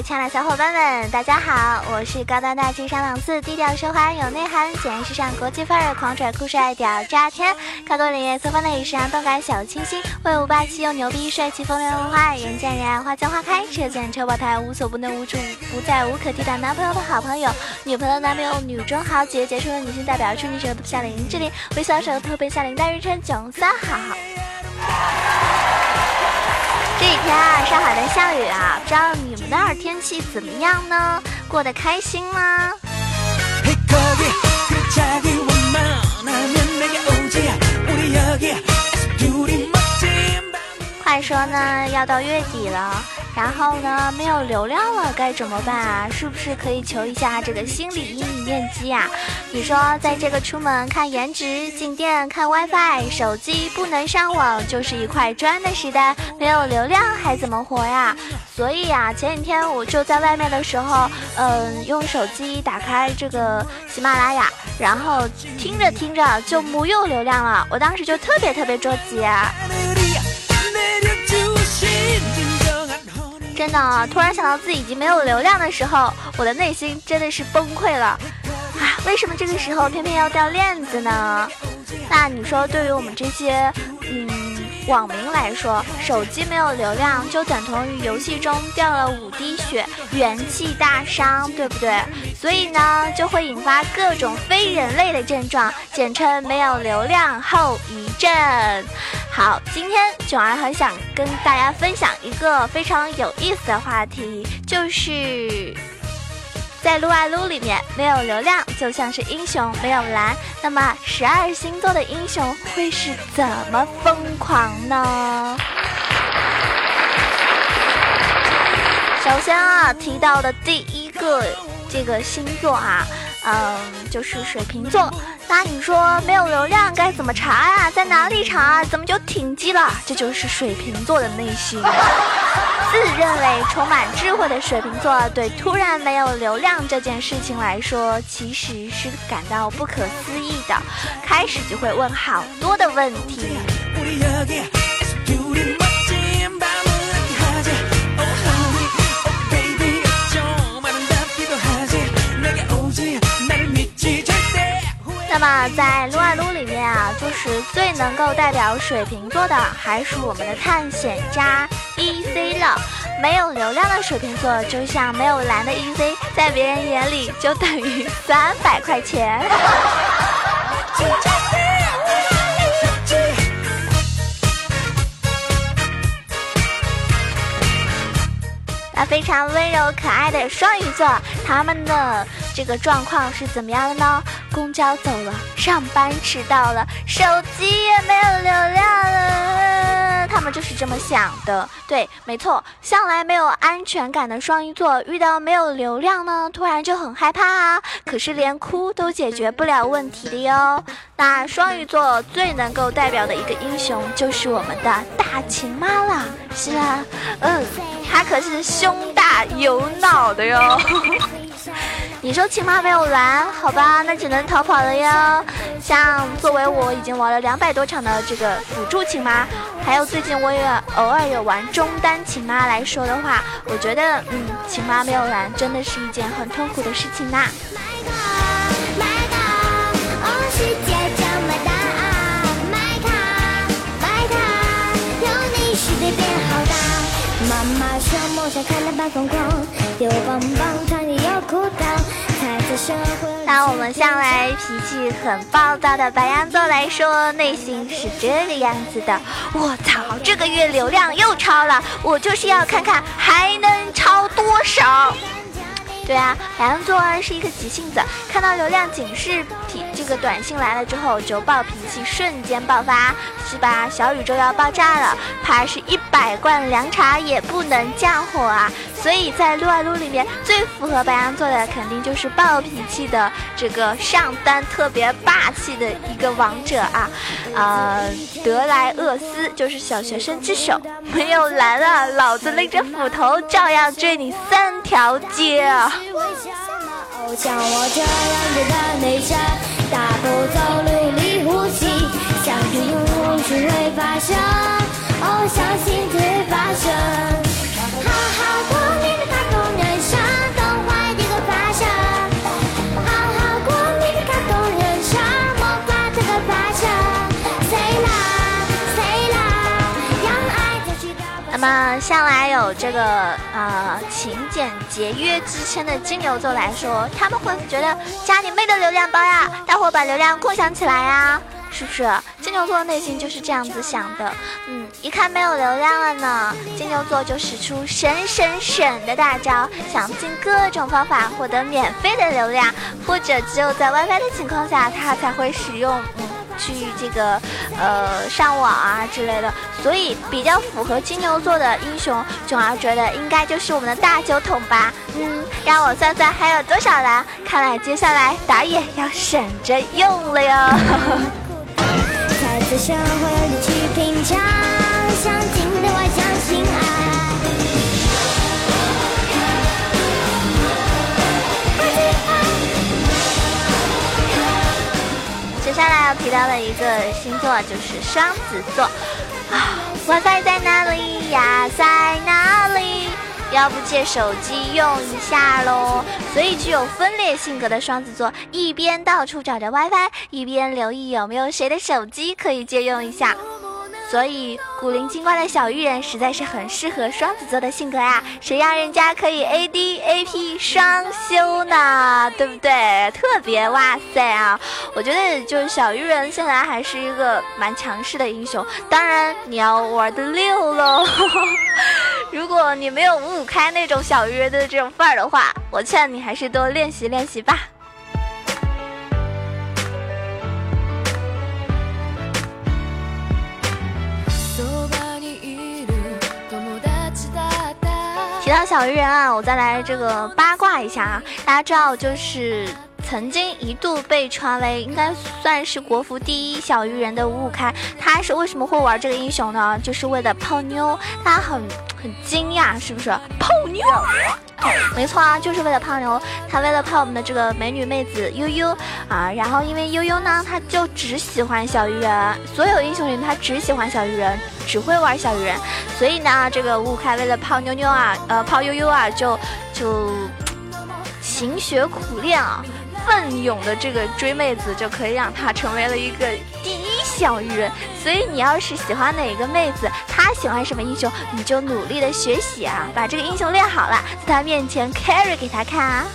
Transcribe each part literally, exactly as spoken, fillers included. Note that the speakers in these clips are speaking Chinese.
位亲爱的小伙伴们，大家好，我是高端大气上档次、低调奢华有内涵、简约时尚国际范儿、狂拽酷帅屌炸天、高贵领域色风的时尚动感小清新、威武霸气又牛逼、帅气风流文化、人见人爱花见花开、车见车爆胎、无所不能无处不在无可替代男朋友的好朋友、女朋友男朋友女中豪杰杰出的女性代表，处女手夏琳之林，微笑手特别夏琳大日称囧三好。这几天啊，上海在下雨啊，不知道你们那儿天气怎么样呢？过得开心吗？话说呢，要到月底了，然后呢，没有流量了，该怎么办啊？是不是可以求一下这个心理阴影面积啊？你说，在这个出门看颜值、进店看 WiFi、手机不能上网就是一块砖的时代，没有流量还怎么活呀？所以呀、啊，前几天我就在外面的时候，嗯，用手机打开这个喜马拉雅，然后听着听着就没有流量了，我当时就特别特别着急啊。真的啊，突然想到自己已经没有流量的时候，我的内心真的是崩溃了啊！为什么这个时候偏偏要掉链子呢？那你说，对于我们这些嗯网民来说，手机没有流量就等同于游戏中掉了五滴血，元气大伤，对不对？所以呢，就会引发各种非人类的症状，简称没有流量后遗症。好，今天囧儿很想跟大家分享一个非常有意思的话题，就是在撸啊撸里面没有流量就像是英雄没有蓝，那么十二星座的英雄会是怎么疯狂呢？首先啊，提到的第一个这个星座啊，嗯，就是水瓶座。那你说没有流量该怎么查呀？在哪里查？怎么就停机了？这就是水瓶座的内心。自认为充满智慧的水瓶座，对突然没有流量这件事情来说，其实是感到不可思议的，开始就会问好多的问题。那么在撸啊撸里面啊，就是最能够代表水瓶座的还是我们的探险家 E C 了。没有流量的水瓶座就像没有蓝的 E C， 在别人眼里就等于三百块钱。那非常温柔可爱的双鱼座，他们的这个状况是怎么样的呢？公交走了，上班迟到了，手机也没有流量了，他们就是这么想的。对，没错，向来没有安全感的双鱼座遇到没有流量呢，突然就很害怕啊，可是连哭都解决不了问题的哟。那双鱼座最能够代表的一个英雄就是我们的大晴妈了。是啊，嗯，她可是胸大有脑的哟。你说晴妈没有蓝，好吧，那只能逃跑了哟。像作为我已经玩了两百多场的这个辅助晴妈，还有最近我也偶尔有玩中单晴妈来说的话，我觉得嗯，晴妈没有蓝真的是一件很痛苦的事情呐。妈妈说梦想看得半疯狂，有棒棒糖也有苦糖，才在社会。拿我们向来脾气很暴躁的白羊座来说，内心是这个样子的：我操，这个月流量又超了，我就是要看看还能超多少。对啊，白羊座是一个急性子，看到流量警示这个短信来了之后就暴脾气，瞬间爆发，是吧？小宇宙要爆炸了，怕是一百罐凉茶也不能降火啊！所以在撸啊撸里面最符合白羊座的肯定就是暴脾气的这个上单特别霸气的一个王者啊，呃，德莱厄斯就是小学生之首，没有蓝了，老子拎着斧头照样追你三条街啊！像我这样子的女生，大步走努力呼吸，相信永远会发生，哦，相信会发生。好好过你的大姑娘。 么向来有这个呃勤俭节约之称的金牛座来说，他们会觉得加你妹的流量包呀，大伙把流量共享起来呀，是不是？金牛座的内心就是这样子想的。嗯，一看没有流量了呢，金牛座就使出省省省的大招，想尽各种方法获得免费的流量，或者只有在 WiFi 的情况下，他才会使用嗯去这个呃上网啊之类的。所以比较符合金牛座的英雄，囧儿觉得应该就是我们的大酒桶吧。嗯，让我算算还有多少人，看来接下来打野要省着用了哟。才在社会里去品尝，相信的外相信爱。接下来要提到的一个星座就是双子座啊 ，WiFi 在哪里呀？在哪里？要不借手机用一下咯。所以具有分裂性格的双子座，一边到处找着 WiFi， 一边留意有没有谁的手机可以借用一下。所以古灵精怪的小玉人实在是很适合双子座的性格呀，谁让人家可以 A D A P 双修呢，对不对？特别哇塞啊！我觉得就是小玉人现在还是一个蛮强势的英雄，当然你要玩的溜咯。如果你没有五五开那种小玉人的这种范儿的话，我劝你还是多练习练习吧。提到小鱼人啊，我再来这个八卦一下啊，大家知道就是曾经一度被传为应该算是国服第一小鱼人的五五开，他是为什么会玩这个英雄呢？就是为了泡妞，他很很惊讶，是不是？泡妞，没错啊，就是为了泡妞。他为了泡我们的这个美女妹子悠悠啊，然后因为悠悠呢，他就只喜欢小鱼人，所有英雄里他只喜欢小鱼人，只会玩小鱼人，所以呢，这个五五开为了泡妞妞啊，呃，泡悠悠啊，就就勤学苦练啊。奋勇的这个追妹子，就可以让她成为了一个第一小鱼人。所以你要是喜欢哪个妹子，她喜欢什么英雄，你就努力的学习啊，把这个英雄练好了，在她面前 carry 给她看啊。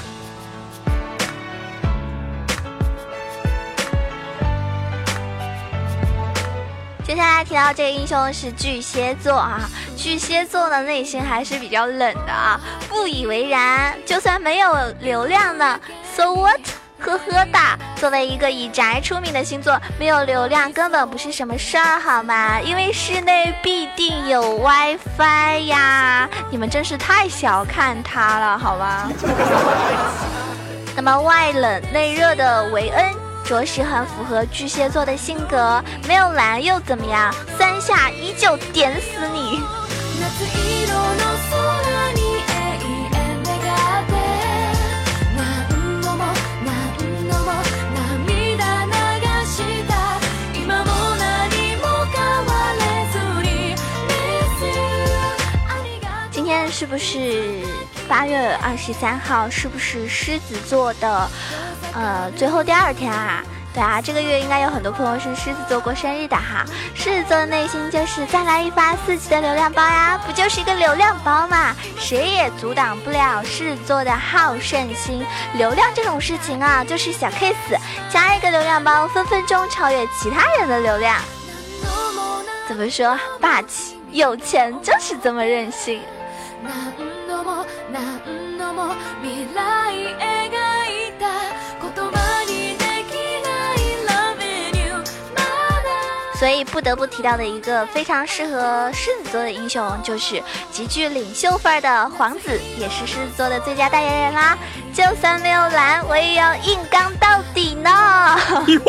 接下来提到这个英雄是巨蟹座啊，巨蟹座的内心还是比较冷的啊，不以为然，就算没有流量呢 ，so what？ 呵呵哒，作为一个以宅出名的星座，没有流量根本不是什么事儿，好吗？因为室内必定有 WiFi 呀，你们真是太小看它了，好吗？那么外冷内热的维恩。着实很符合巨蟹座的性格，没有蓝又怎么样？三下依旧点死你！今天是不是八月二十三号？是不是狮子座的？呃，最后第二天啊，对啊，这个月应该有很多朋友是狮子座过生日的哈。狮子座的内心就是再来一发四级的流量包呀，不就是一个流量包嘛，谁也阻挡不了狮子座的好胜心。流量这种事情啊，就是小 case， 加一个流量包，分分钟超越其他人的流量。怎么说？霸气，有钱就是这么任性。所以不得不提到的一个非常适合狮子座的英雄，就是极具领袖范儿的皇子，也是狮子座的最佳代言人啦。就算没有蓝，我也要硬刚到底呢。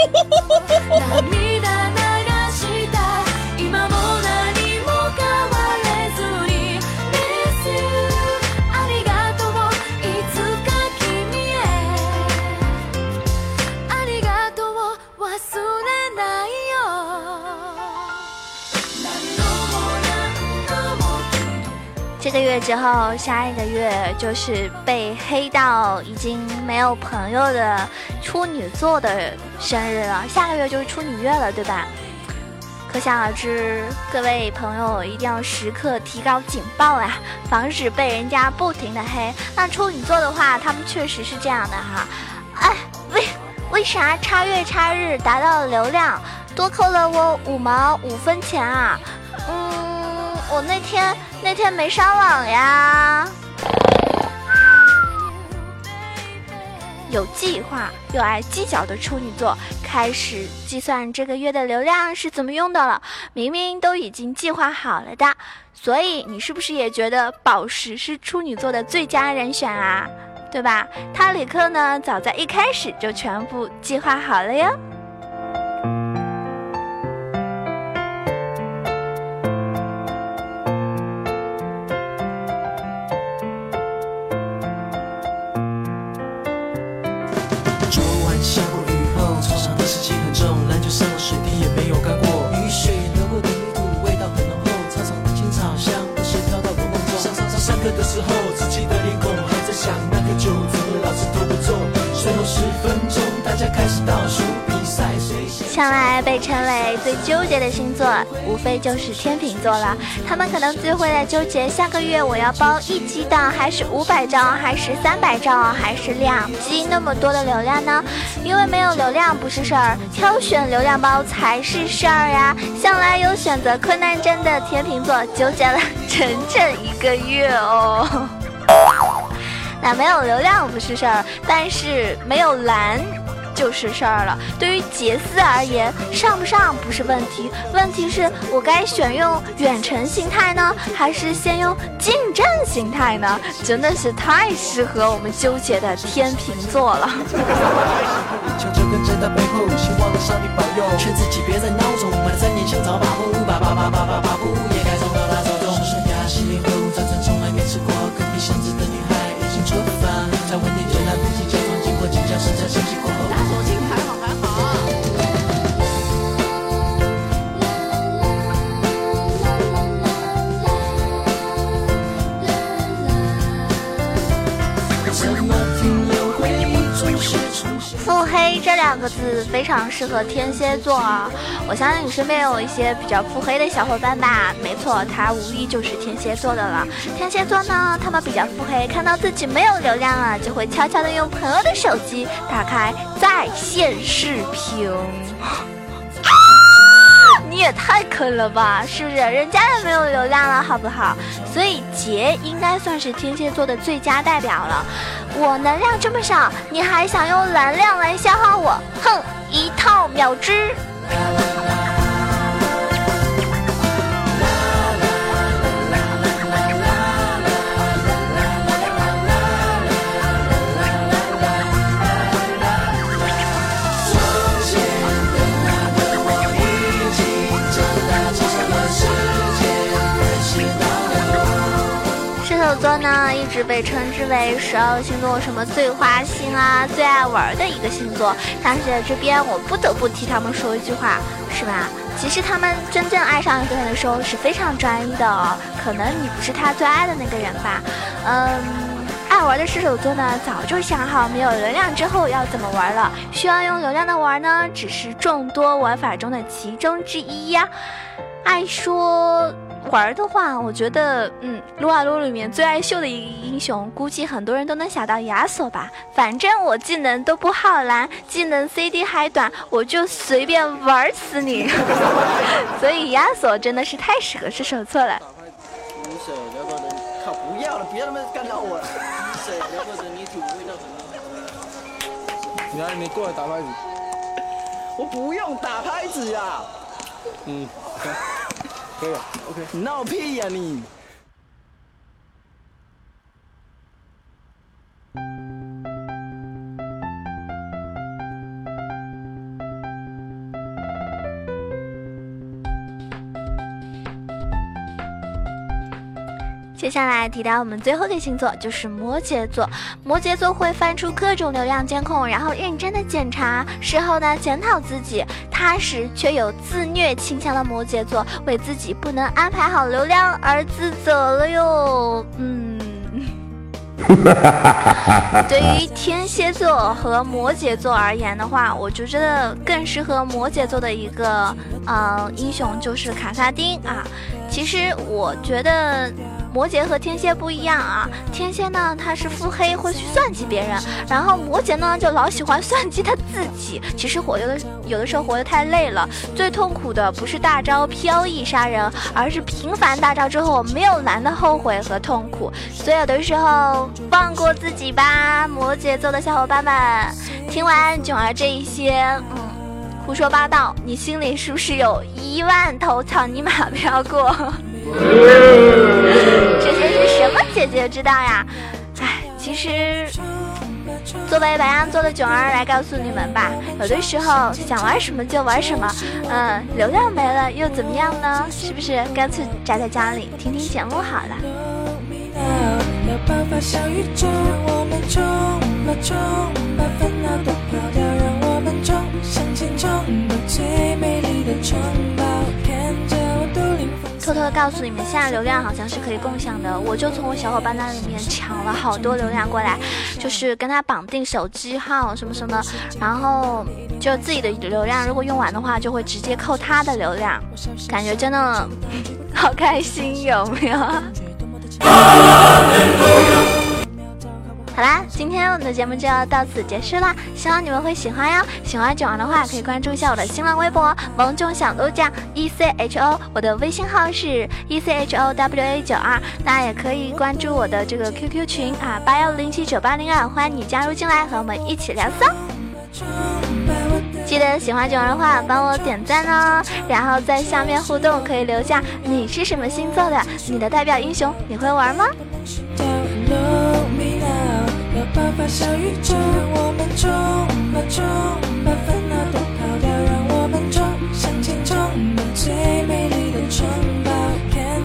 这个月之后，下一个月就是被黑到已经没有朋友的处女座的生日了，下个月就是处女月了，对吧？ 可想而知，各位朋友一定要时刻提高警报啊，防止被人家不停的黑。那处女座的话，他们确实是这样的哈。哎，为为啥插月插日达到了流量多扣了我五毛五分钱啊？嗯，我那天那天没上网呀。有计划又爱计较的处女座开始计算这个月的流量是怎么用的了，明明都已经计划好了的。所以你是不是也觉得宝石是处女座的最佳人选啊？对吧？塔里克呢，早在一开始就全部计划好了哟。 下过雨后，操场的湿气很重，篮球上的水滴也没有干过。雨水流过的泥土味道很浓厚，操场的青草香不时飘到我梦中。上上上上课的时候，自己的脸孔还在想那个酒怎么老师都不做。最后十分钟，大家开始倒数比赛，谁先。 向来被称为最纠结的星座，无非就是天秤座了。他们可能最会在纠结下个月我要包一 G 的，还是五百兆，还是三百兆，还是两 G 那么多的流量呢？因为没有流量不是事儿，挑选流量包才是事儿呀。向来有选择困难症的天秤座纠结了整整一个月哦。那没有流量不是事儿，但是没有蓝就是事儿了。对于杰斯而言，上不上不是问题，问题是我该选用远程形态呢，还是先用近战形态呢？真的是太适合我们纠结的天秤座了。 求求跟在他背后，希望上帝保佑，劝自己别再孬种，买了三年香草把布，把把把把把把布也该送到他手中。生涯洗礼后，早餐从来没吃过，隔壁巷子的女孩已经出发，在问题就来不及假装经过，紧张时在升级过后，大手经还好还好。 腹黑这两个字非常适合天蝎座啊！我相信你身边有一些比较腹黑的小伙伴吧？没错，他无疑就是天蝎座的了。天蝎座呢，他们比较腹黑，看到自己没有流量了，就会悄悄的用朋友的手机打开在线视频。你也太坑了吧，是不是？人家也没有流量了，好不好？所以杰应该算是天蝎座的最佳代表了。我能量这么少，你还想用蓝量来消耗我？哼，一套秒之。射手座呢，一直被称之为十二个星座什么最花心啊、最爱玩的一个星座。但是在这边我不得不替他们说一句话，是吧？其实他们真正爱上一个人的时候是非常专一的哦。可能你不是他最爱的那个人吧？嗯，爱玩的射手座呢，早就想好没有流量之后要怎么玩了。需要用流量的玩呢，只是众多玩法中的其中之一呀。爱说玩的话，我觉得嗯，撸啊撸里面最爱秀的一个英雄，估计很多人都能想到亚索吧。反正我技能都不耗蓝，技能 C D 还短，我就随便玩死你。所以亚索真的是太适合射手座了。 你手聊个人，靠，不要了，别他妈干扰我了。你手聊个人，你土味道很。你来，你过来打拍子。我不用打拍子呀。嗯，可以了 ，OK。你闹屁呀你！ 接下来提到我们最后的星座就是摩羯座。摩羯座会翻出各种流量监控，然后认真的检查，事后呢检讨自己。踏实却有自虐倾向的摩羯座，为自己不能安排好流量而自责了哟。嗯。 对于天蝎座和摩羯座而言的话，我就觉得更适合摩羯座的一个呃英雄就是卡萨丁啊。其实我觉得摩羯和天蝎不一样啊，天蝎呢他是腹黑，会去算计别人，然后摩羯呢就老喜欢算计他自己。其实活有的有的时候活得太累了，最痛苦的不是大招飘逸杀人，而是频繁大招之后没有蓝的后悔和痛苦。所以有的时候放过自己吧，摩羯座的小伙伴们。听完囧儿这一些嗯胡说八道，你心里是不是有一万头草泥马飘过？这些是什么姐姐知道呀？哎，其实作为白羊座的囧儿来告诉你们吧，有的时候想玩什么就玩什么，嗯，流量没了又怎么样呢？是不是干脆宅在家里听听节目好了？有办法向宇宙，我们冲吧冲吧，烦恼都抛掉，让我们冲向前冲吧，最美丽的城堡，看着我都灵风。偷偷的告诉你们，现在流量好像是可以共享的，我就从我小伙伴那里面抢了好多流量过来，就是跟他绑定手机号什么什么，然后就自己的流量如果用完的话，就会直接扣他的流量，感觉真的好开心，有没有？好啦，今天我们的节目就要到此结束啦，希望你们会喜欢哟。喜欢囧儿的话，可以关注一下我的新浪微博萌囧小鹿酱 E C H O， 我的微信号是 E C H O W A 九二，大家也可以关注我的这个 Q Q 群啊八幺零七九八零二，欢迎你加入进来和我们一起聊骚。记得喜欢囧儿的话帮我点赞哦，然后在下面互动可以留下你是什么星座的，你的代表英雄你会玩吗？有办法向宇宙，我们冲吧冲